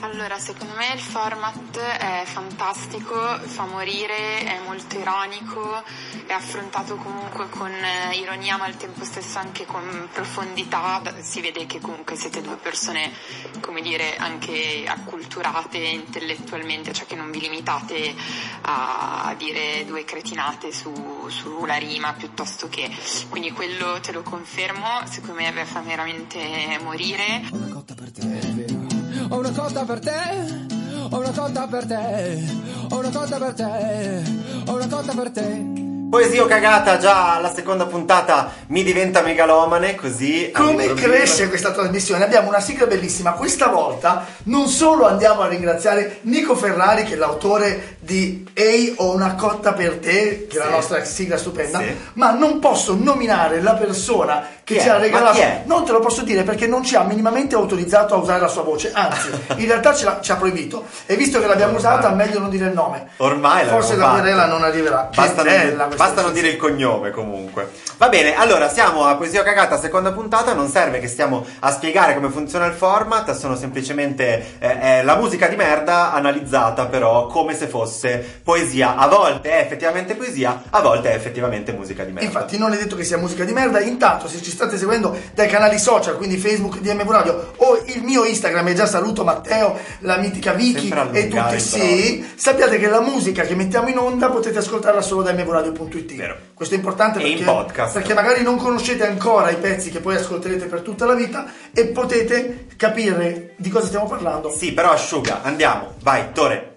Allora, secondo me il format è fantastico, fa morire, è molto ironico, è affrontato comunque con ironia ma al tempo stesso anche con profondità. Si vede che comunque siete due persone, come dire, anche acculturate intellettualmente, cioè che non vi limitate a dire due cretinate sulla rima piuttosto che... Quindi quello te lo confermo, secondo me fa veramente morire. Una cotta per te, è vero. Ho una cotta per te, ho una cotta per te, ho una cotta per te, ho una cotta per te. Poesia o cagata, già alla seconda puntata mi diventa megalomane, così... Come cresce questa trasmissione? Abbiamo una sigla bellissima. Questa volta non solo andiamo a ringraziare Nico Ferrari, che è l'autore di Ehi, ho una cotta per te, che è la nostra sigla stupenda, ma non posso nominare la persona che ci ha regalato... Non te lo posso dire perché non ci ha minimamente autorizzato a usare la sua voce, anzi, in realtà ci ha proibito. E visto che l'abbiamo usata, meglio non dire il nome. Ormai forse la querela non arriverà. Basta non dire il cognome, comunque. Va bene, allora siamo a Poesia o cagata, seconda puntata. Non serve che stiamo a spiegare come funziona il format, sono semplicemente la musica di merda analizzata però come se fosse poesia. A volte è effettivamente poesia, a volte è effettivamente musica di merda. Infatti non è detto che sia musica di merda. Intanto, se ci state seguendo dai canali social, quindi Facebook, DMV Radio o il mio Instagram, e già saluto Matteo, la mitica Vicky e tutti, sappiate che la musica che mettiamo in onda potete ascoltarla solo da mvradio.it. Vero. Questo è importante in podcast, perché magari non conoscete ancora i pezzi che poi ascolterete per tutta la vita e potete capire di cosa stiamo parlando. Sì, però asciuga, andiamo, vai, Tore.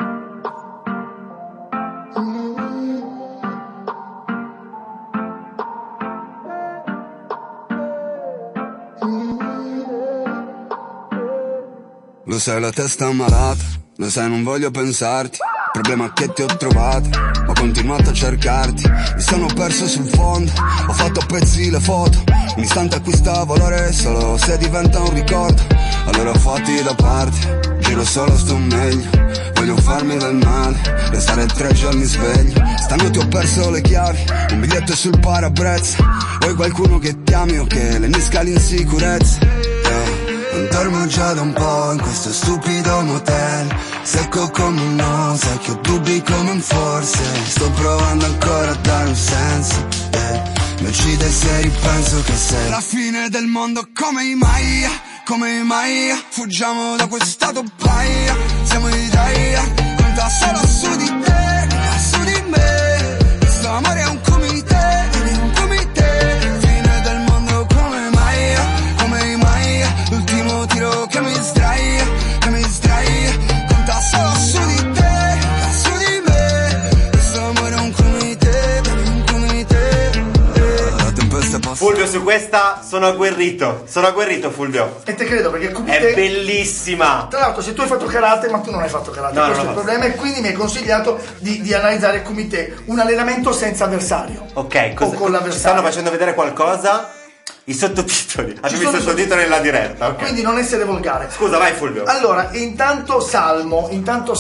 Lo sai, la testa malata, lo sai, non voglio pensarti. Il problema è che ti ho trovato, ho continuato a cercarti. Mi sono perso sul fondo, ho fatto a pezzi le foto. Un istante acquista valore solo se diventa un ricordo. Allora fatti da parte, giro solo, sto meglio. Voglio farmi del male, restare 3 giorni sveglio. Stanotte ho perso le chiavi, un biglietto sul parabrezza. Vuoi qualcuno che ti ami o che lenisca l'insicurezza? Non dormo già da un po' in questo stupido motel. Secco come un no, sai che ho dubbi come un forse. Sto provando ancora a dare un senso, mi uccide se ripenso che sei la fine del mondo. Come mai fuggiamo da questa topaia. Siamo in Italia, conta solo su di te, su di me. Questo amore è un comité, un comité. Fine del mondo come mai. L'ultimo tiro che mi distrae, conta solo su di te, su di me. Questo amore è un comité, la tempesta passa. Fulvio, su questa sono agguerrito Fulvio. E te credo, perché è bellissima. Tra l'altro, se tu hai fatto karate, ma tu non hai fatto karate, questo è il problema, e quindi mi hai consigliato di analizzare come te un allenamento senza avversario. Ok, o con l'avversario. Ci stanno facendo vedere qualcosa? I sottotitoli. Abbiamo visto i sottotitoli nella diretta, ok. Quindi non essere volgare. Scusa, vai Fulvio. Allora, intanto Salmo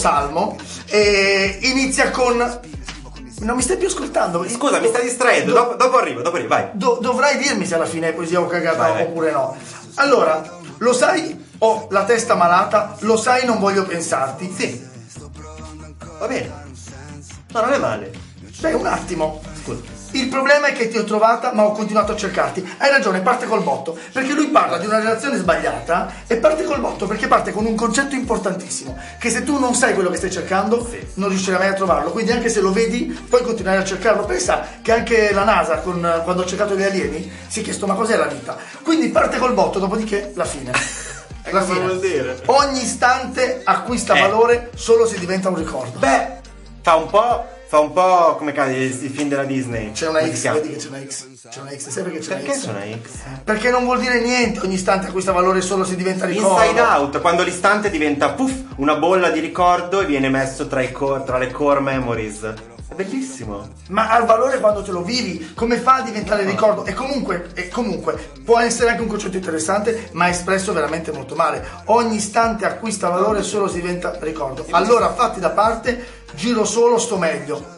inizia con... Non mi stai più ascoltando? Scusa, mi stai distraendo. Dopo arrivo, vai. Dovrai dirmi se alla fine è poesia o cagata oppure no. Allora, lo sai, ho la testa malata, lo sai, non voglio pensarti. Sì. Va bene. No, non è male. Beh, un attimo. Scusa. Il problema è che ti ho trovata, ma ho continuato a cercarti. Hai ragione, parte col botto. Perché lui parla di una relazione sbagliata e parte col botto perché parte con un concetto importantissimo: che se tu non sai quello che stai cercando, non riuscirai mai a trovarlo. Quindi anche se lo vedi, puoi continuare a cercarlo. Pensa che anche la NASA, quando ha cercato gli alieni, si è chiesto: ma cos'è la vita? Quindi parte col botto, dopodiché la fine. La fine. Vuol dire? Ogni istante acquista valore solo se diventa un ricordo. Beh, fa un po' come i film della Disney. C'è una X, vedi che c'è una X. Sai perché c'è Perché c'è una X? Perché non vuol dire niente. Ogni istante acquista valore solo se diventa ricordo. Inside Out, quando l'istante diventa una bolla di ricordo e viene messo tra le core memories. È bellissimo. Ma ha valore quando te lo vivi. Come fa a diventare ricordo? E comunque può essere anche un concetto interessante, ma espresso veramente molto male. Ogni istante acquista valore solo se diventa ricordo. Allora fatti da parte, giro solo, sto meglio.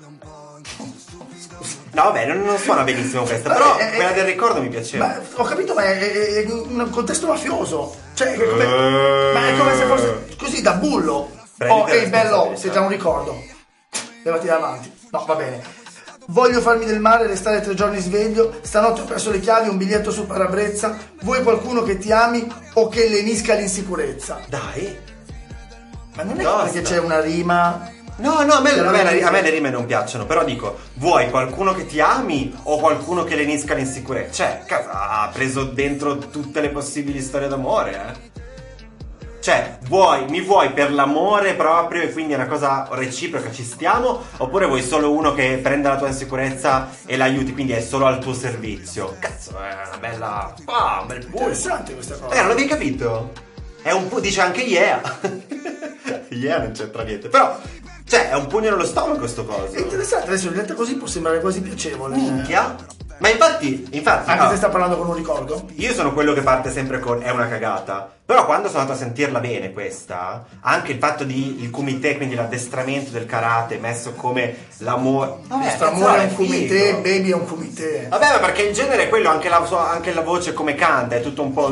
No, vabbè, non suona benissimo questa, però quella del ricordo mi piaceva. Ma ho capito, ma è un contesto mafioso. Cioè, ma è come se fosse... così da bullo. Prenditi la Ehi bello, responsabilità. sei già un ricordo. Levati davanti. No, va bene. Voglio farmi del male, restare 3 giorni sveglio. Stanotte ho perso le chiavi, un biglietto sul parabrezza. Vuoi qualcuno che ti ami o che lenisca l'insicurezza? Dai. Ma non è Basta. perché c'è una rima. No, a me le rime non piacciono, però dico, vuoi qualcuno che ti ami o qualcuno che lenisca l'insicurezza? Cioè, ha preso dentro tutte le possibili storie d'amore, Cioè, mi vuoi per l'amore proprio e quindi è una cosa reciproca, ci stiamo? Oppure vuoi solo uno che prenda la tua insicurezza e l'aiuti, quindi è solo al tuo servizio? Cazzo, è una bella... un bel punto. Interessante questa cosa. Non l'avevi capito? È un dice anche yeah. Yeah non c'entra niente, però... Cioè, è un pugno nello stomaco sto coso. È interessante, adesso letta così può sembrare quasi piacevole. Minchia. Ma infatti Anche se sta parlando con un ricordo? io sono quello che parte sempre con è una cagata. Però quando sono andato a sentirla bene questa, anche il fatto di il kumite, quindi l'addestramento del karate messo come l'amore. Questo amore è un kumite, baby è un kumite. Vabbè, ma perché il genere è quello, anche la voce come canta, è tutto un po'.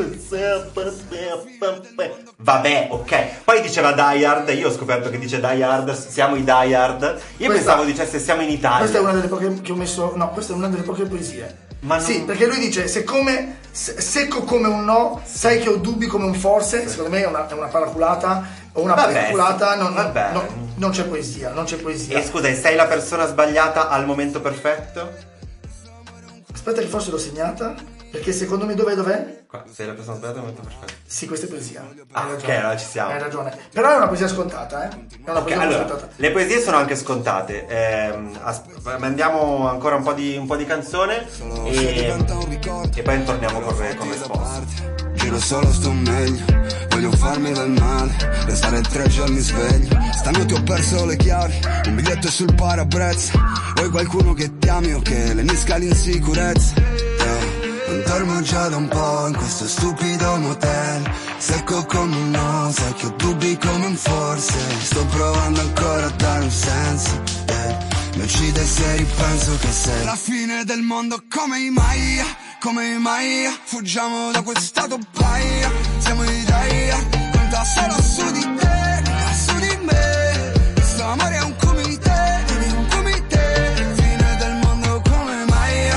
Vabbè, ok. Poi diceva Die Hard, io ho scoperto che dice Die Hard, siamo i Die Hard. Io pensavo dicesse siamo in Italia. Questa è una delle poche che ho messo. No, questa è una delle poche poesie. Ma non... Sì, perché lui dice secco come un no, sai che ho dubbi come un forse. Secondo me è una paraculata o una paraculata. Non c'è poesia, non c'è poesia. E scusa, e sei la persona sbagliata al momento perfetto? Aspetta che forse l'ho segnata, perché secondo me dov'è? Qua, sei la persona sbagliata al momento perfetto. Sì, questa è poesia. Ah, ok, allora ci siamo. Hai ragione. Però è una poesia scontata, È una Ok, poesia allora, scontata. le poesie sono anche scontate. Mandiamo ancora un po' di canzone e poi torniamo con risposte. Giro solo, sto meglio, voglio farmi del male, restare 3 giorni sveglio. Stanotte ho perso le chiavi, un biglietto sul parabrezza. Vuoi qualcuno che ti ami o che lenisca l'insicurezza? Non dormo già da un po' in questo stupido motel. Secco come un no, sai che ho dubbi come un forse. Sto provando ancora a dare un senso, mi uccide se ripenso che sei la fine del mondo come i Maya. Come mai fuggiamo da quest'stato paia. Siamo in Italia, conta solo su di te, su di me. Questo amore è un comité, fine del mondo come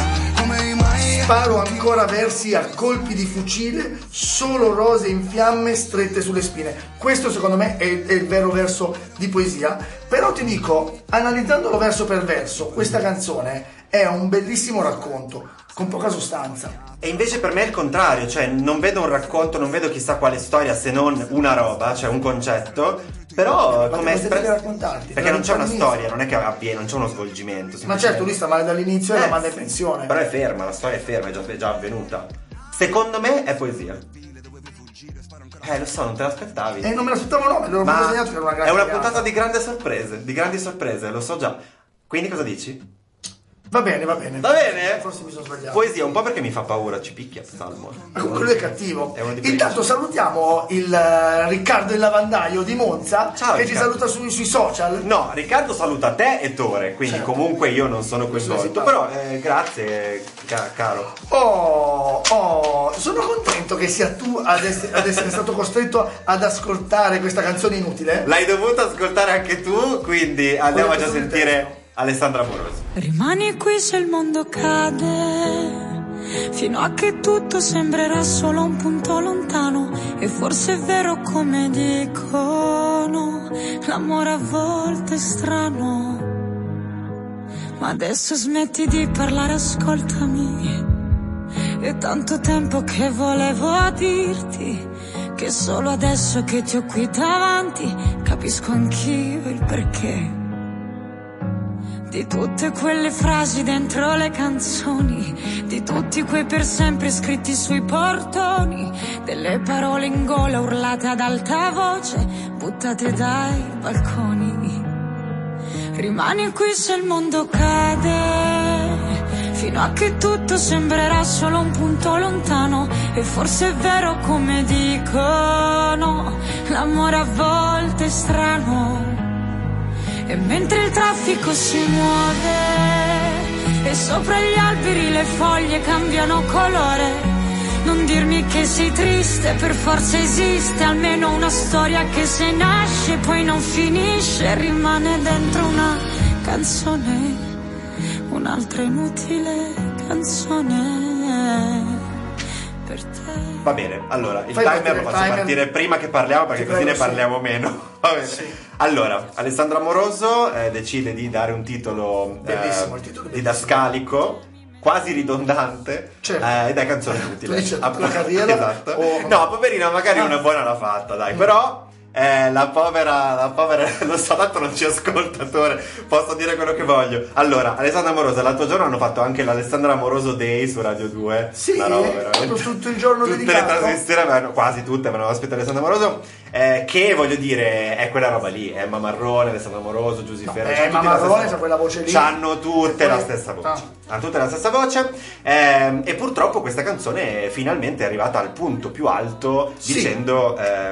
mai. Sparo ancora versi a colpi di fucile, solo rose in fiamme strette sulle spine. Questo secondo me è il vero verso di poesia. Però ti dico, analizzandolo verso per verso, questa canzone è un bellissimo racconto con poca sostanza. E invece per me è il contrario, cioè non vedo un racconto, non vedo chissà quale storia se non una roba, cioè un concetto, però come raccontarti, perché non c'è una storia, non è che avviene, non c'è uno svolgimento. Ma certo, lui sta male dall'inizio e la manda in pensione. Però è ferma, la storia è ferma, è già avvenuta. Secondo me è poesia. Lo so, non te l'aspettavi. Non me l'aspettavo, no, me l'ho segnato che era una grande è una puntata di grandi sorprese, lo so già. Quindi cosa dici? Va bene. Va bene? Forse mi sono sbagliato. Poesia, un po' perché mi fa paura, ci picchia Salmo. Ma quello è cattivo. È uno di quelli. Intanto salutiamo il Riccardo il lavandaio di Monza. Ciao, che Riccardo. ci saluta sui social. No, Riccardo saluta te e Tore, quindi Certo. comunque io non sono coinvolto. Però grazie, caro. Sono contento che sia tu ad essere stato costretto ad ascoltare questa canzone inutile. L'hai dovuto ascoltare anche tu, quindi andiamo già a sentire Alessandra Moroso. Rimani qui se il mondo cade, fino a che tutto sembrerà solo un punto lontano. E forse è vero come dicono, l'amore a volte è strano. Ma adesso smetti di parlare, ascoltami. È tanto tempo che volevo dirti che solo adesso che ti ho qui davanti capisco anch'io il perché di tutte quelle frasi dentro le canzoni, di tutti quei per sempre scritti sui portoni, delle parole in gola urlate ad alta voce, buttate dai balconi. Rimani qui se il mondo cade, fino a che tutto sembrerà solo un punto lontano. E forse è vero come dicono, l'amore a volte è strano. E mentre il traffico si muove e sopra gli alberi le foglie cambiano colore, Non dirmi che sei triste, per forza esiste almeno una storia che se nasce poi non finisce, rimane dentro una canzone, un'altra inutile canzone per te. Va bene, allora il Fai timer partire lo il faccio timer. partire prima che parliamo, perché Ti così prego, ne parliamo meno. Va bene. Sì. Allora, Alessandro Amoroso decide di dare un titolo, Bellissimo, il titolo è didascalico, quasi ridondante, Certo. Ed è canzone utile. Tu dici tutta la carriera, Esatto. o- No, poverina, magari una buona l'ha fatta, dai, però la povera, lo so, tanto non ci ascoltatore, posso dire quello che voglio. Allora, Alessandro Amoroso, l'altro giorno hanno fatto anche l'Alessandro Amoroso Day su Radio 2. Sì, una roba veramente. proprio tutto il giorno Tutte dedicato. le trasmissioni avevano, quasi tutte avevano ospite Alessandro Amoroso, che voglio dire è quella roba lì, Emma Marrone, Alessandro Amoroso, Giusy Ferri, c'hanno Emma tutti la Marrone stessa- c'ha quella voce lì. c'hanno tutte E la poi- stessa voce. Ah. Hanno tutte la stessa voce, e purtroppo questa canzone finalmente è arrivata al punto più alto, Sì. dicendo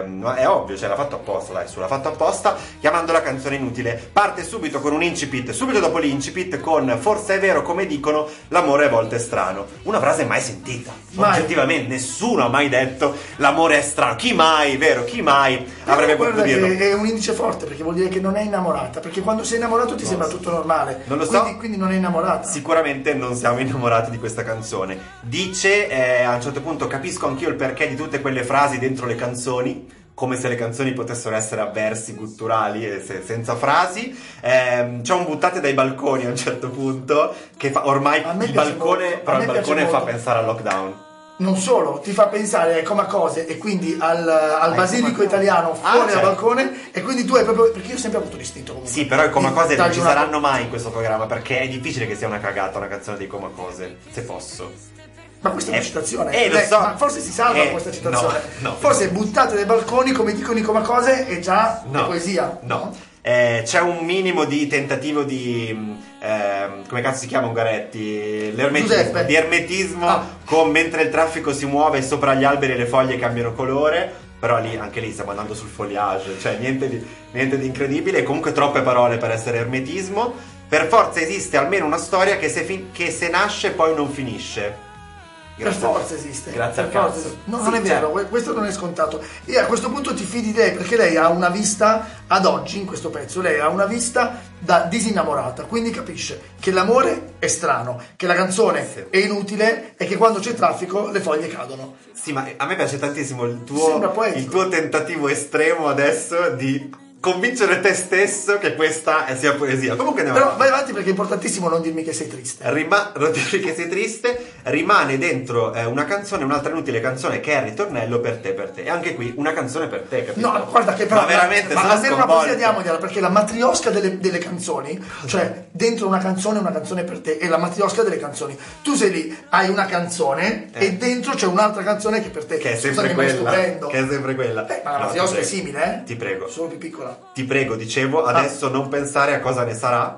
è ovvio, l'ha fatto apposta, dai, l'ha fatto apposta, chiamandola canzone inutile. Parte subito con un incipit, subito dopo l'incipit con "forse è vero come dicono, l'amore a volte è strano", una frase mai sentita, Mai. oggettivamente nessuno ha mai detto l'amore è strano, chi mai, vero, chi mai avrebbe Guarda potuto dirlo? che è un indice forte, perché vuol dire che non è innamorata, perché quando sei innamorato ti sembra tutto normale. Non lo so. Quindi non è innamorata. Sicuramente non siamo innamorati di questa canzone. Dice a un certo punto: capisco anch'io il perché di tutte quelle frasi dentro le canzoni, come se le canzoni potessero essere a versi gutturali e senza frasi. C'è un "buttate dai balconi" a un certo punto, che fa ormai A me il piace balcone, molto, a però me il piace balcone fa molto. pensare al lockdown. Non solo, ti fa pensare come a cose e quindi al basilico come- italiano Ah, fuori dal certo. balcone, e quindi tu hai proprio, perché io ho sempre avuto l'istinto comunque. Sì, però i Coma Cose non ci Stagionato. saranno mai in questo programma, perché è difficile che sia una cagata una canzone dei Coma Cose, se posso. Ma questa è una citazione. lo so. Ma forse si salva questa citazione. no. Forse "buttate dai balconi", come dicono i Coma Cose, è già No, poesia. no. C'è un minimo di tentativo di come cazzo si chiama Ungaretti? Giuseppe. Di ermetismo, Ah. con "mentre il traffico si muove sopra gli alberi e le foglie cambiano colore", però anche lì stiamo andando sul foliage, cioè niente di incredibile, e comunque troppe parole per essere ermetismo. Per forza esiste almeno una storia che se nasce poi non finisce. Per forza esiste. Grazie al Per forza cazzo. esiste. No, Sì, non è vero, questo non è scontato. E a questo punto ti fidi di lei, perché lei ha una vista, ad oggi, in questo pezzo, lei ha una vista da disinnamorata, quindi capisce che l'amore è strano, che la canzone Sì. è inutile e che quando c'è traffico le foglie cadono. Sì, ma a me piace tantissimo Sembra poetico. il tuo tentativo estremo adesso di convincere te stesso che questa sia poesia. Comunque andiamo Però avanti. vai avanti, perché è importantissimo non dirmi che sei triste. Non dici che sei triste, rimane dentro una canzone, un'altra inutile canzone che è il ritornello "per te", e anche qui una canzone per te, capito? No, guarda che però ma veramente ma sono almeno una sconvolto. poesia diamogliela, perché la matriosca delle canzoni, cioè dentro una canzone per te, è la matriosca delle canzoni. Tu sei lì, hai una canzone e dentro c'è un'altra canzone che per te. Che è Scusa sempre che mi quella, stupendo. che è sempre quella. Ma la No, matriosca ti è prego. simile, eh? Ti prego. Solo più piccola. Ti prego, dicevo, adesso non pensare a cosa ne sarà.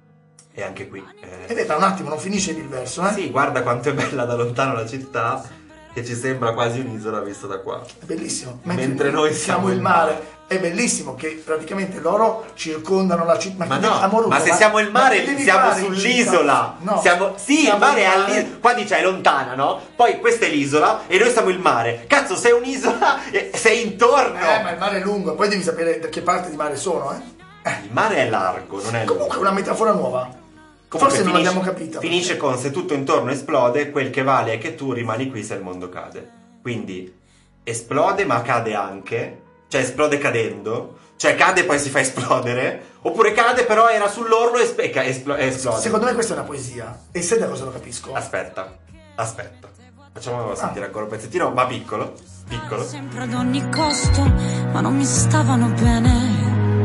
E anche qui. E beh, un attimo, non finisce lì il verso, eh? Sì, guarda quanto è bella da lontano la città, che ci sembra quasi un'isola vista da qua. È bellissimo. Mentre noi siamo il mare. È bellissimo che praticamente loro circondano la città. Ma no, ma se siamo il mare siamo sull'isola. No. Sì, il mare è all'isola. Qua dice è lontana, no? Poi questa è l'isola e noi siamo il mare. Cazzo, sei un'isola e sei intorno. Ma il mare è lungo, poi devi sapere da che parte di mare sono, eh? Il mare è largo, non è lungo. Comunque è una metafora nuova. Comunque Forse non l'abbiamo capita. Finisce con "se tutto intorno esplode, quel che vale è che tu rimani qui se il mondo cade". Quindi esplode, ma cade anche. Cioè esplode cadendo. Cioè cade e poi si fa esplodere. Oppure cade però era sull'orlo e esplode. Secondo me questa è una poesia. E sai da cosa lo capisco? Aspetta. Facciamolo sentire ancora un pezzettino, ma piccolo. Sempre ad ogni costo, ma non mi stavano bene.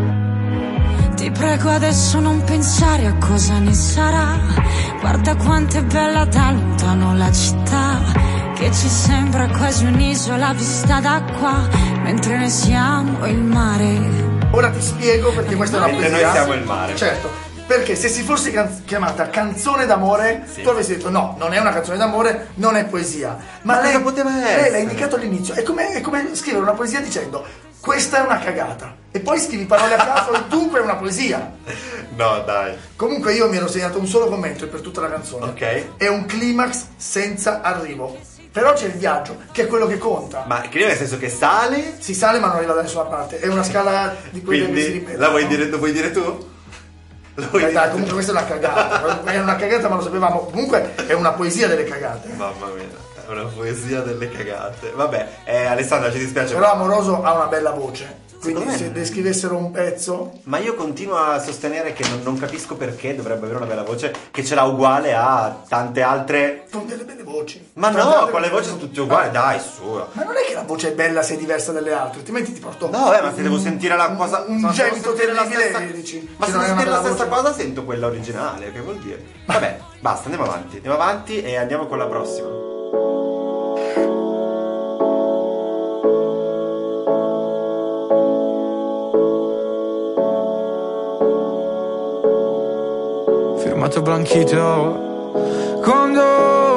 Ti prego adesso non pensare a cosa ne sarà. Guarda quanto è bella da lontano la città, che ci sembra quasi un'isola vista da qua, mentre noi siamo il mare. Ora ti spiego perché questa è una Mentre poesia. noi siamo il mare. Certo, perché se si fosse chiamata canzone d'amore, Sì. tu avresti detto no, non è una canzone d'amore, non è poesia. Ma lei, cosa poteva lei essere? l'ha indicato all'inizio. È come scrivere una poesia dicendo questa è una cagata. E poi scrivi parole a caso e dunque è una poesia. No, dai. Comunque io mi ero segnato un solo commento per tutta la canzone. Ok. È un climax senza arrivo. Però c'è il viaggio, che è quello che conta. Ma credi nel senso che sale? Si sale ma non arriva da nessuna parte. È una scala di quelle che si Quindi ripete. la vuoi no? dire, lo vuoi dire tu? Lo vuoi Dai, dire tu? comunque questa è una cagata. È una cagata ma lo sapevamo. Comunque è una poesia delle cagate. Mamma mia, è una poesia delle cagate. Vabbè, Alessandra, ci dispiace. Però Amoroso ha una bella voce. Quindi Secondo me- se descrivessero un pezzo... Ma io continuo a sostenere che non capisco perché dovrebbe avere una bella voce, che ce l'ha uguale a tante altre. Con delle belle voci. Ma Tante no, altre con le belle voci sono tutte uguali, dai, su. Ma non è che la voce è bella se è diversa dalle altre, altrimenti ti porto... No, ma se devo sentire la cosa. Un ma se devo gemito sentire la terribile stessa- e dici... Ma che se non devo è una sentire la bella stessa voce. cosa, sento quella originale. Che vuol dire? Vabbè, basta, andiamo avanti e andiamo con la prossima. Firmato Blanchito. Quando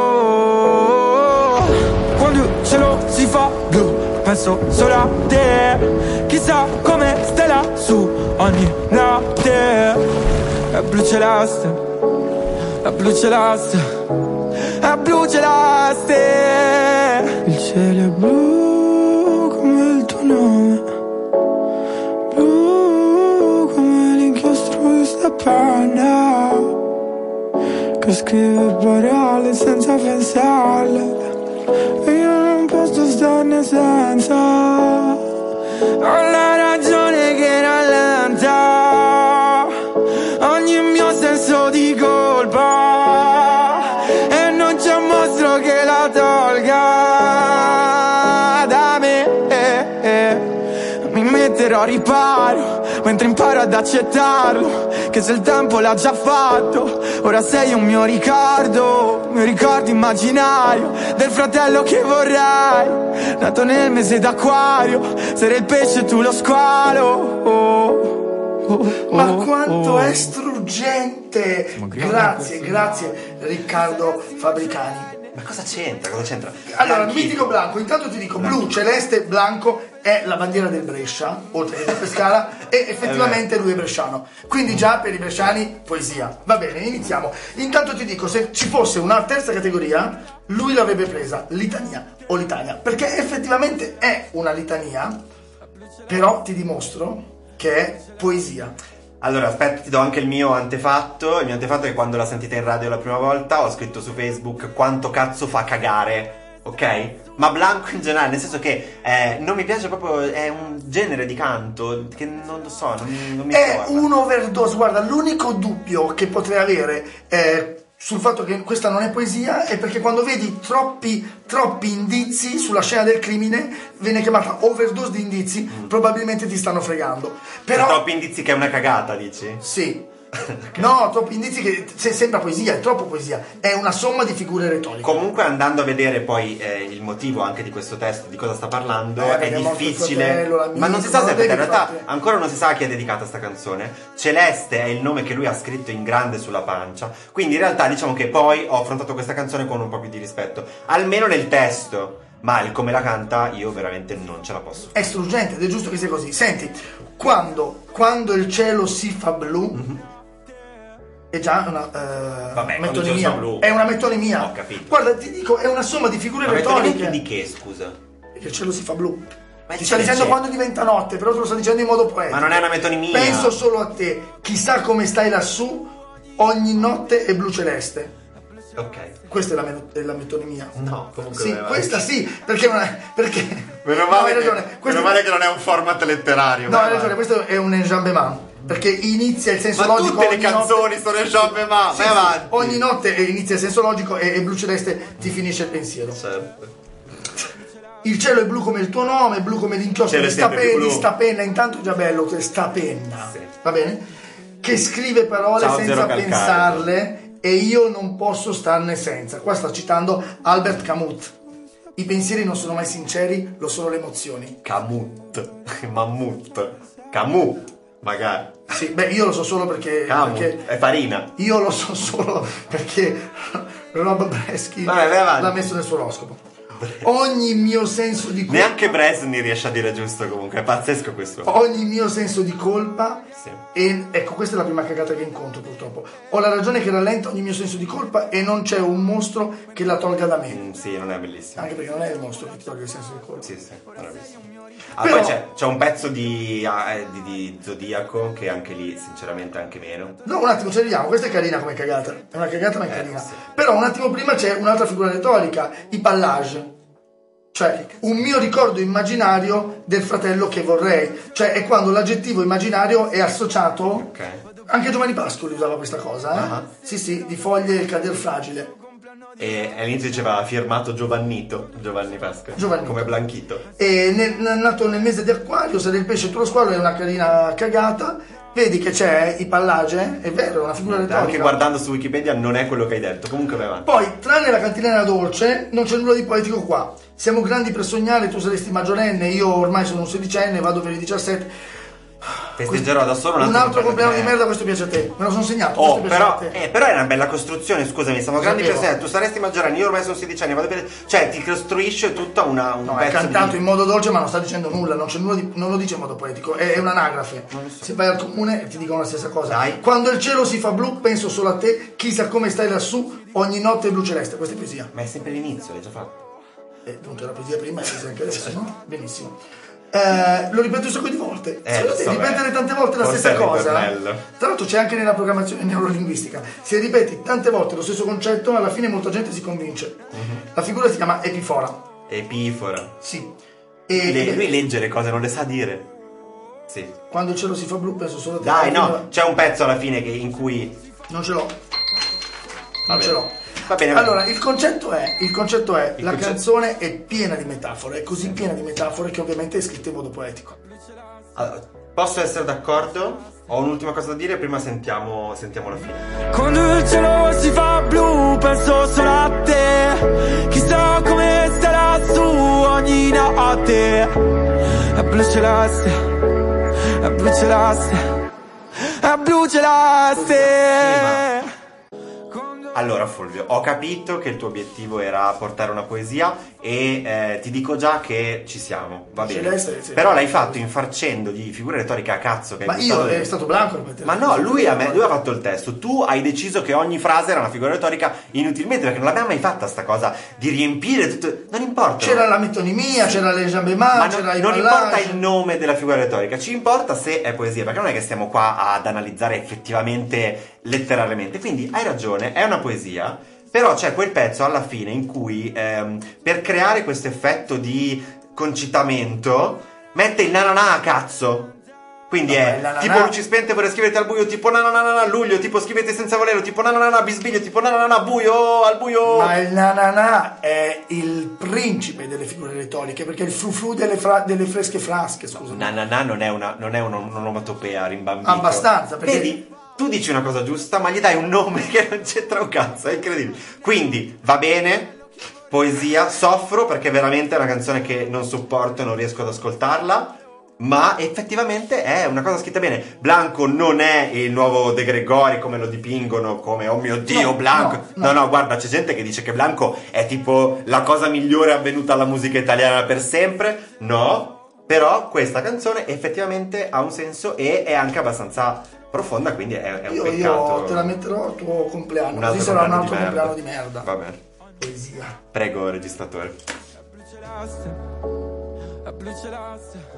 il cielo si fa blu, penso solo a te. Chissà come stai lassù ogni notte. È blu celeste, è blu celeste, è blu celeste. Il cielo è blu come il tuo nome, blu come l'inchiostro di sta penna che scrive parole senza pensarle. E io non posso starne senza. Ho la ragione che rallenta ogni mio senso di colpa, e non c'è un mostro che la tolga da me. Mi metterò a riparo mentre imparo ad accettarlo, che se il tempo l'ha già fatto, ora sei un mio ricordo immaginario del fratello che vorrei, nato nel mese d'acquario, sarei il pesce e tu lo squalo. Ma quanto è struggente! Grazie Riccardo Fabricani. Ma cosa c'entra? Cosa c'entra? Allora, Blanchito. mitico Blanco, intanto ti dico, blu, celeste, blanco è la bandiera del Brescia, oltre che del Pescara, e effettivamente lui è bresciano. Quindi già per i bresciani poesia. Va bene, iniziamo. Intanto ti dico, se ci fosse una terza categoria, lui l'avrebbe presa, litania o litania, perché effettivamente è una litania, però ti dimostro che è poesia. Allora, aspetta, ti do anche il mio antefatto. Il mio antefatto è che quando l'ha sentita in radio la prima volta ho scritto su Facebook quanto cazzo fa cagare, ok? Ma Blanco in generale, nel senso che non mi piace proprio, è un genere di canto che non lo so, non mi È torna. un overdose, guarda, l'unico dubbio che potrei avere sul fatto che questa non è poesia è perché quando vedi troppi indizi sulla scena del crimine viene chiamata overdose di indizi, probabilmente ti stanno fregando. Però Troppi indizi che è una cagata, dici? sì. No, troppi indizi che sembra poesia, è troppo poesia, è una somma di figure retoriche. Comunque, andando a vedere poi il motivo anche di questo testo, di cosa sta parlando, è perché è morto il difficile. fratello, l'amico, Ma non si sa ma se lo devi in realtà fare. ancora non si sa a chi è dedicata sta canzone. Celeste è il nome che lui ha scritto in grande sulla pancia. Quindi in realtà diciamo che poi ho affrontato questa canzone con un po' più di rispetto, almeno nel testo. Ma il come la canta io veramente non ce la posso. È struggente ed è giusto che sia così. Senti, quando il cielo si fa blu, è già una Vabbè, quando il cielo metonimia. si fa blu. È una metonimia. Ho capito. Guarda, ti dico, è una somma di figure Ma metonimia retoriche. di che, scusa? Perché il cielo si fa blu. Ma Ti c'è- sta dicendo c'è. quando diventa notte, però te lo sta dicendo in modo poetico. Ma non è una metonimia. Penso solo a te. Chissà come stai lassù, ogni notte è blu celeste. Ok. Questa è la metonimia. No, comunque Sì, vai avanti. questa sì, perché non è, perché Meno no, male, hai ragione. Questo- meno male che non è un format letterario. No, vai hai ragione, avanti. questo è un enjambement. Perché inizia il senso Ma logico. tutte le ogni canzoni notte- sono in Jean-Bemà, Sì, vai sì, avanti. ogni notte inizia il senso logico e blu celeste ti finisce il pensiero. Certo. Il cielo è blu come il tuo nome, blu come l'inchiostro Cielo di è sempre più blu. sta penna, intanto già bello che sta penna. Sì. Va bene? Che scrive parole Ciao, senza Zero Calcare. pensarle e io non posso starne senza. Qua sta citando Albert Camus. I pensieri non sono mai sinceri, lo sono le emozioni. Camut. Mammut. Camus. Magari. Sì, beh, io lo so solo perché È farina. io lo so solo perché Rob Breschi Vabbè, vai avanti. l'ha messo nel suo oroscopo. ogni mio senso di colpa. Neanche Bresni riesce a dire giusto, comunque è pazzesco questo. Ogni mio senso di colpa. Sì. E ecco, questa è la prima cagata che incontro, purtroppo. Ho la ragione che rallenta ogni mio senso di colpa e non c'è un mostro che la tolga da me. Sì, non è bellissimo. Anche perché non è il mostro che ti toglie il senso di colpa. Sì, bravissimo. Però- Poi c'è un pezzo di Zodiaco che anche lì sinceramente anche meno. No, un attimo, ci arriviamo. Questa è carina come cagata. È una cagata ma è carina. Sì. Però un attimo prima c'è un'altra figura retorica, i pallage. Cioè, un mio ricordo immaginario del fratello che vorrei. Cioè, è quando l'aggettivo immaginario è associato. Ok. Anche Giovanni Pascoli usava questa cosa, eh? Ah. Sì, di foglie il cader fragile. E all'inizio diceva firmato Giovanni Pasca. Giovannito. Come Blanchito. E nato nel mese di Acquario, se del pesce tu lo squalo, è una carina cagata. Vedi che c'è i pallage, è vero, è una figura retorica. Anche guardando su Wikipedia non è quello che hai detto. Comunque vai avanti. Poi, tranne la cantilena dolce, non c'è nulla di poetico qua. Siamo grandi per sognare, tu saresti maggiorenne, io ormai sono un sedicenne, vado per i 17. Festeggerò da solo Un altro compleanno di merda, questo piace a te. Me lo sono segnato. Oh, questo piace però, a te. però è una bella costruzione, scusami, siamo grandi per Sapevo. sé, tu saresti maggiorenne, io ormai sono 16 anni, vado per... Cioè, ti costruisce tutta un No, è pezzo cantato di... in modo dolce, ma non sta dicendo nulla, non c'è nulla di, non lo dice in modo poetico, è un'anagrafe. Se vai al comune ti dicono la stessa cosa. Dai. Quando il cielo si fa blu, penso solo a te, chissà come stai lassù, ogni notte è blu celeste. Questa è poesia. Ma è sempre l'inizio, l'hai già fatto. Appunto la poesia prima e poesia anche adesso, no? Benissimo. Lo ripeto un sacco di volte. Secondo te lo so, ripetere tante volte la forse stessa è il cosa? ritornello. Tra l'altro c'è anche nella programmazione neurolinguistica. Se ripeti tante volte lo stesso concetto, alla fine molta gente si convince. La figura si chiama epifora. Epifora. Sì. Lui legge le cose, non le sa dire. Sì. Quando il cielo si fa blu, penso solo a te. Dai, Alla no, fine- c'è un pezzo alla fine in cui... Non ce l'ho. Non Vabbè. ce l'ho. Va bene. Allora, il concetto è la concetto- canzone è piena di metafore, è così piena di metafore che ovviamente è scritta in modo poetico. Allora, posso essere d'accordo? Ho un'ultima cosa da dire, prima sentiamo la fine. Quando il cielo si fa blu penso solo a te. Chissà come sarà su ogni notte. È blu celeste, è blu celeste, è blu celeste. Allora Fulvio, ho capito che il tuo obiettivo era portare una poesia e ti dico già che ci siamo, va bene. Celeste, sì. Però l'hai fatto infarcendo di figure retoriche a cazzo che hai Ma buttato io è dentro. stato Blanco per te. Ma no, lui ha fatto il testo. Tu hai deciso che ogni frase era una figura retorica inutilmente, perché non l'abbiamo mai fatta sta cosa di riempire tutto. Non importa. C'era la metonimia, c'era le jambemans, Ma c'era non i importa ballage. il nome della figura retorica, ci importa se è poesia, perché non è che stiamo qua ad analizzare effettivamente, letteralmente. Quindi hai ragione, è una poesia, però c'è quel pezzo alla fine in cui per creare questo effetto di concitamento mette il nanana a cazzo. Quindi Vabbè, è nanana. tipo luci spente vorrei scriverti al buio, tipo nanana luglio, tipo scrivete senza volerlo, tipo nanana bisbiglio, tipo nanana buio al buio. Ma il nanana è il principe delle figure retoriche, perché è il frufru delle fresche frasche, scusa. Nanana non è un'onomatopea rimbambito. Abbastanza, perché- Vedi, tu dici una cosa giusta, ma gli dai un nome che non c'entra un cazzo, è incredibile. Quindi, va bene, poesia, soffro perché veramente è una canzone che non sopporto e non riesco ad ascoltarla, ma effettivamente è una cosa scritta bene. Blanco non è il nuovo De Gregori come lo dipingono, come oh mio Dio, No, Blanco. no. No, guarda, c'è gente che dice che Blanco è tipo la cosa migliore avvenuta alla musica italiana per sempre. No, però questa canzone effettivamente ha un senso e è anche abbastanza profonda, quindi è un Io peccato. te la metterò al tuo compleanno, Un così altro sarà un compleanno altro di merda. compleanno di merda. Va bene. Poesia. Prego, registratore. È blu celeste.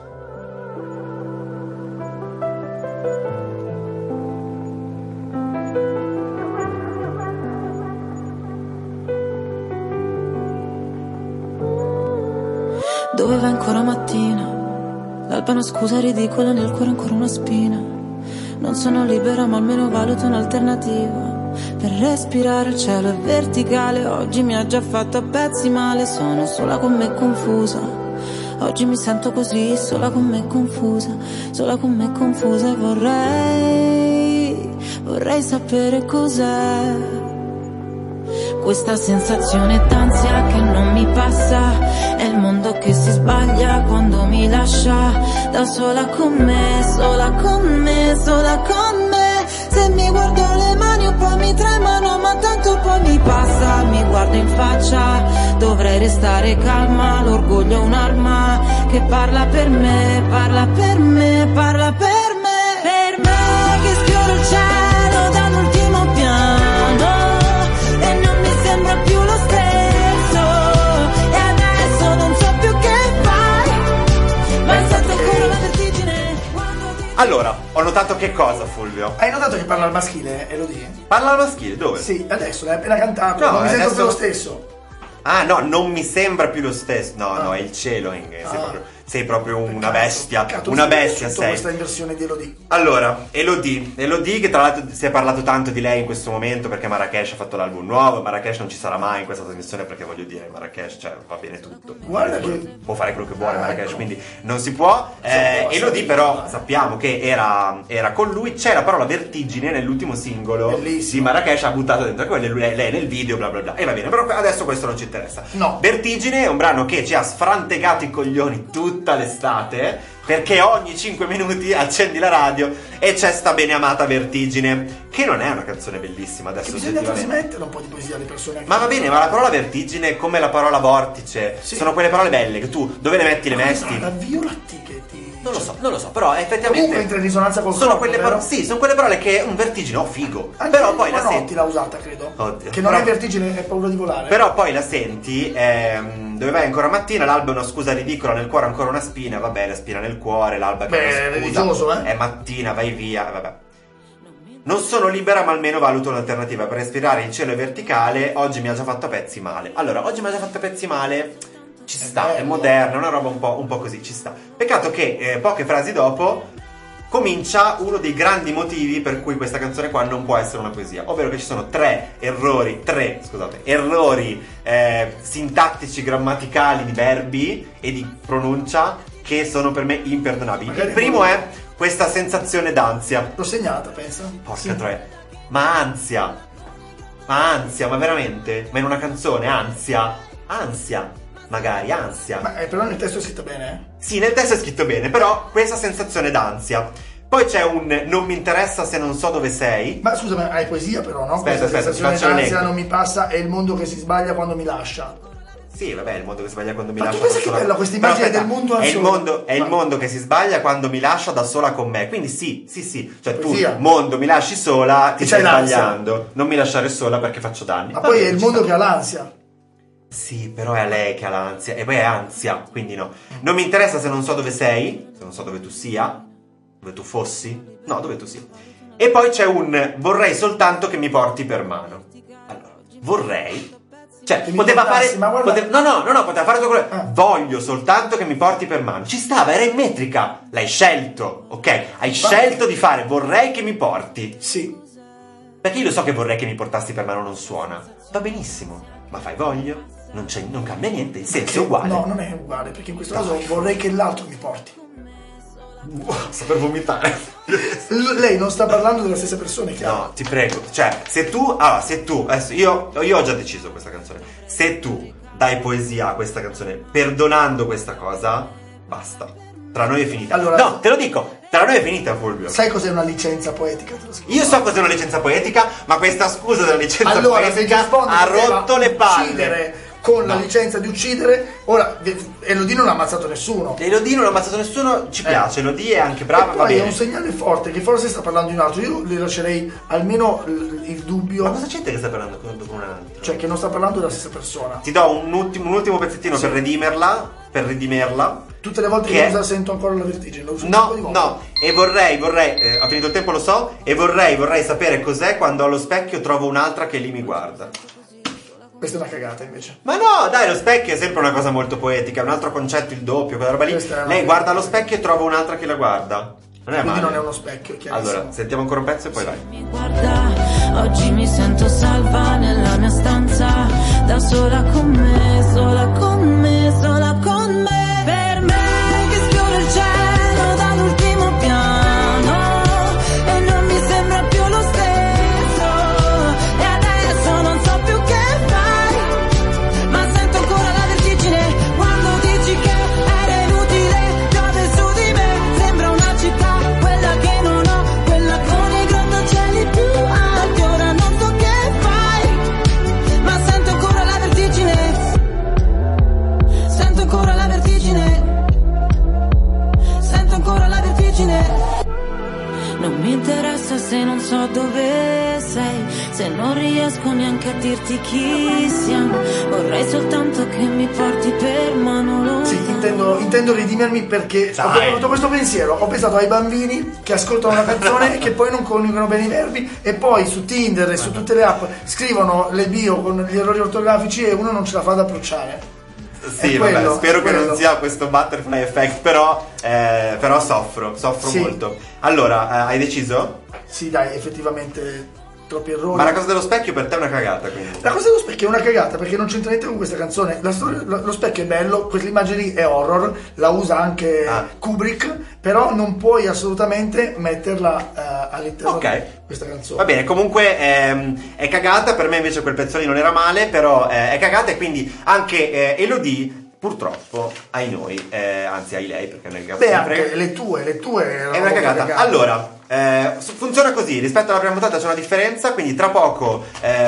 Dove vai ancora mattina? L'alba è una scusa ridicola, nel cuore ancora una spina. Non sono libera ma almeno valuto un'alternativa. Per respirare il cielo è verticale. Oggi mi ha già fatto a pezzi male. Sono sola con me confusa. Oggi mi sento così, sola con me confusa. Sola con me confusa e vorrei sapere cos'è questa sensazione d'ansia che non mi passa. È il mondo che si sbaglia quando mi lascia da sola con me, sola con me, sola con me. Se mi guardo le mani un po' mi tremano, ma tanto poi mi passa. Mi guardo in faccia, dovrei restare calma. L'orgoglio è un'arma che parla per me, parla per me, parla per me. Per me che sfioro il cielo dall'ultimo piano e non mi sembra più lo stesso. E adesso non so più che fai, ma sento ancora la vertigine quando ti... Allora, ho notato che cosa, Fulvio? Hai notato che parla al maschile, Elodie? Parla al maschile, dove? Sì, adesso l'hai appena cantato, No, non mi sento adesso- più lo stesso. Ah no, non mi sembra più lo stesso. No, è il cielo, sei proprio una bestia. Peccato, Una sì, bestia tutto sei. questa inversione di Elodie. Allora, Elodie, che tra l'altro si è parlato tanto di lei in questo momento perché Marrakesh ha fatto l'album nuovo. Marrakesh non ci sarà mai in questa trasmissione perché voglio dire, Marrakesh, cioè, va bene tutto. Guarda che- può fare quello che vuole Marrakesh, ecco. quindi non si può. Elodie però sappiamo che era con lui. C'è la parola vertigine nell'ultimo singolo Bellissimo. di Marrakesh, ha buttato dentro quello, lei nel video, bla bla bla. E va bene, però adesso questo non ci interessa. No. Vertigine è un brano che ci ha sfrantegato i coglioni tutta l'estate, perché ogni 5 minuti accendi la radio e c'è sta beneamata Vertigine, che non è una canzone bellissima adesso Che bisogna oggettivamente. trasmettere un po' di poesia alle persone. Ma va bene, ma la parola vertigine è come la parola vortice, Sì. sono quelle parole belle che tu dove le metti le metti? La violatti che ti... Non lo so, però effettivamente Comunque entra in risonanza col sono corpo, quelle vero? parole, sì, sono quelle parole che un vertigine, oh figo, Anche però poi la Pavarotti senti. l'ha usata, credo. Oddio. Che non Però- è vertigine, è paura di volare. Però poi la senti, dove vai ancora mattina, l'alba è una scusa ridicola, nel cuore ancora una spina, vabbè, la spina nel cuore, l'alba che Beh, è una è scusa, religioso, eh? è mattina, vai via, vabbè. Non sono libera ma almeno valuto un'alternativa per respirare, il cielo è verticale, oggi mi ha già fatto a pezzi male. Allora, oggi mi ha già fatto a pezzi male, ci sta, è bello. moderna, è una roba un po' così, ci sta. Peccato che poche frasi dopo comincia uno dei grandi motivi per cui questa canzone qua non può essere una poesia, ovvero che ci sono tre errori sintattici, grammaticali di verbi e di pronuncia che sono per me imperdonabili. Magari Il primo è questa sensazione d'ansia. L'ho segnata, pensa. Porca troia. Ma ansia, ma veramente? Ma in una canzone, ansia, magari, ansia. Ma però nel testo è scritto bene, Sì, nel testo è scritto bene, però questa sensazione d'ansia. Poi c'è un non mi interessa se non so dove sei. Ma scusa, ma hai poesia però, no? Aspetta, Questa sensazione ti faccio d'ansia l'elenco. non mi passa, è il mondo che si sbaglia quando mi lascia. Sì, vabbè, è il mondo che sbaglia quando mi Ma lascia tu pensa da che sola. bella questa Però immagine aspetta, del mondo è il ansioso. mondo Ma- che si sbaglia quando mi lascia da sola con me. Quindi sì. Cioè Poesia. tu, mondo, mi lasci sola, ti E stai c'hai l'ansia. sbagliando. Non mi lasciare sola perché faccio danni. Ma Va poi è bene, il ci mondo sta. che ha l'ansia. Sì, però è a lei che ha l'ansia. E poi è ansia, quindi no. Non mi interessa se non so dove sei, se non so dove tu sia, dove tu fossi. No, dove tu sia. E poi c'è un vorrei soltanto che mi porti per mano. Allora, vorrei. Cioè, Che mi poteva portassi, fare. ma guarda- No, poteva fare tutto quello. Ah. Voglio soltanto che mi porti per mano. Ci stava, era in metrica. L'hai scelto, ok? Hai scelto di fare vorrei che mi porti. Sì. Perché io lo so che vorrei che mi portassi per mano non suona. Va benissimo. Ma fai voglio? Non cambia niente, il senso è uguale. No, non è uguale, perché in questo caso vorrei che l'altro mi porti. Sto per vomitare. Lei non sta parlando della stessa persona, è chiaro? No, ti prego. Cioè, se tu adesso io ho già deciso questa canzone. Se tu dai poesia a questa canzone perdonando questa cosa, basta. Tra noi è finita. Allora- no, te lo dico, tra noi è finita, Fulvio. Sai cos'è una licenza poetica? Te lo scrivo. Io so cos'è una licenza poetica, ma questa scusa della licenza Allora, se poetica risponde ha poteva rotto le palle. uccidere con la No. licenza di uccidere, ora Elodie non ha ammazzato nessuno. Elodie non ha ammazzato nessuno, ci piace. Elodie è anche brava, E va poi è bene. un segnale forte che forse sta parlando di un altro. Io le lascerei almeno il dubbio, Ma cosa c'entra che stai parlando con un altro? cioè che non sta parlando della stessa persona. Ti do un ultimo pezzettino per redimerla. Tutte le volte Che- che usa sento ancora la vertigine. Lo uso un sacco di volte. No, e vorrei, ha finito il tempo, lo so, e vorrei sapere cos'è quando allo specchio trovo un'altra che lì mi guarda. Questa è una cagata invece. Ma no, dai, lo specchio è sempre una cosa molto poetica, è un altro concetto, il doppio, quella roba lì. Questa è una Lei cosa- guarda allo specchio e trova un'altra che la guarda. Non è Quindi male. non è uno specchio, è chiarissimo. Allora, sentiamo ancora un pezzo e poi vai. Mi guarda, oggi mi sento salva nella mia stanza, da sola con me, sola con me, sola con me. Per me che sfiora il cielo dall'ultimo piano e non mi sembra più lo stesso. E adesso non so più che fai, ma sento ancora la vertigine quando dici che era inutile. Piove su di me, sembra una città, quella che non ho, quella con i grattacieli Non mi interessa se non so dove sei, se non riesco neanche a dirti chi siamo. Vorrei soltanto che mi porti per mano lontana. Sì, intendo redimermi perché ho avuto questo pensiero. Ho pensato ai bambini che ascoltano una canzone e che poi non coniugano bene i verbi, e poi su Tinder e su tutte le app scrivono le bio con gli errori ortografici e uno non ce la fa ad approcciare. Sì, vabbè, spero che non sia questo butterfly effect, però soffro Sì. molto. Allora, hai deciso? Sì, dai, effettivamente troppi errori. Ma la cosa dello specchio per te è una cagata, quindi? La cosa dello specchio è una cagata perché non c'entra niente con questa canzone. Lo specchio è bello, quell'immagine lì è horror, la usa anche Kubrick, però non puoi assolutamente metterla all'interno di questa canzone. Va bene, comunque è cagata, per me invece quel pezzo lì non era male, però è cagata, e quindi anche Elodie purtroppo ai noi, anzi ai lei, perché nel caso anche le tue è una cagata. Allora, funziona così, rispetto alla prima puntata c'è una differenza, quindi tra poco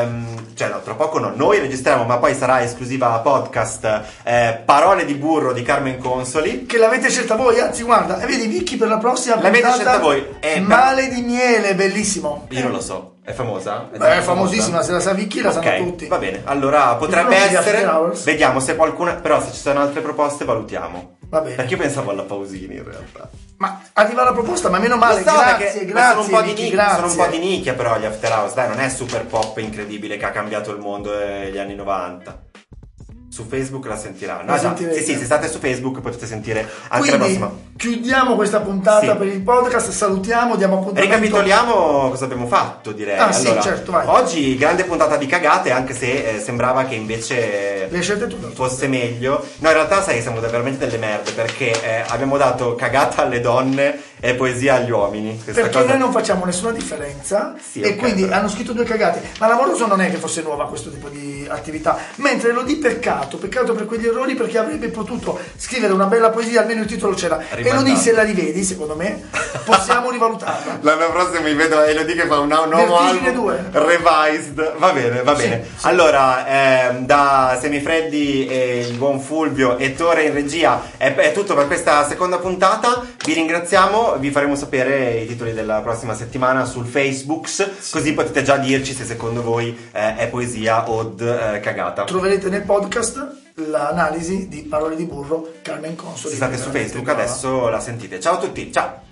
noi registriamo, ma poi sarà esclusiva podcast, Parole di burro di Carmen Consoli, che l'avete scelta voi, anzi guarda, e vedi Vicky per la prossima l'avete puntata, scelta voi, Male di miele, bellissimo. Io non lo so, è famosa? È famosissima, se la sa Vicky la sanno tutti. Va bene, allora potrebbe essere, vediamo se qualcuna, però se ci sono altre proposte valutiamo. Va bene. Perché io pensavo alla Pausini in realtà. Ma arriva la proposta, ma meno male, grazie, sono un po' Vicky, di grazie. sono un po' di nicchia, però gli After House, dai, non è super pop incredibile che ha cambiato il mondo negli anni 90. Su Facebook la sentiranno. Sì, se state su Facebook potete sentire anche la prossima. Chiudiamo questa puntata per il podcast, salutiamo, diamo appuntamento. Ricapitoliamo cosa abbiamo fatto, direi. Sì, certo, vai. Oggi grande puntata di cagate, anche se sembrava che invece le scelte tu fosse meglio. No, in realtà sai che siamo veramente delle merde, perché abbiamo dato cagata alle donne e poesia agli uomini. Perché noi non facciamo nessuna differenza, e quindi hanno scritto 2 cagate. Ma l'amoroso non è che fosse nuova questo tipo di attività, mentre lo di peccato per quegli errori, perché avrebbe potuto scrivere una bella poesia, almeno il titolo c'era. E lo di, se la rivedi, secondo me possiamo rivalutarla. L'anno prossimo mi vedo Elodie che fa un nuovo album revised. Va bene. Sì. Allora, da Semifreddi e il buon Fulvio e Tore in regia è tutto per questa seconda puntata. Vi ringraziamo, vi faremo sapere i titoli della prossima settimana sul Facebook, così potete già dirci se secondo voi è poesia o cagata. Troverete nel podcast l'analisi di Parole di burro Carmen Consoli. Se state su Facebook adesso la sentite. Ciao a tutti, ciao.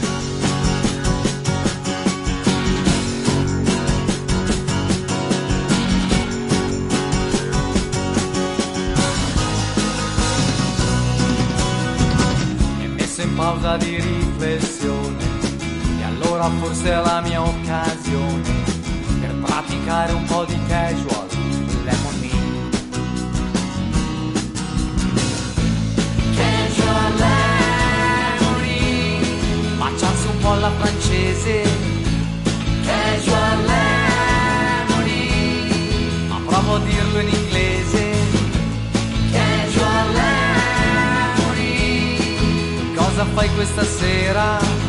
Mi hai messo in pausa di riflessione, e allora forse è la mia occasione per praticare un po' di casual lemon. Baciarsi un po' alla francese, casual lemony, ma provo a dirlo in inglese, casual lemony. Cosa fai questa sera?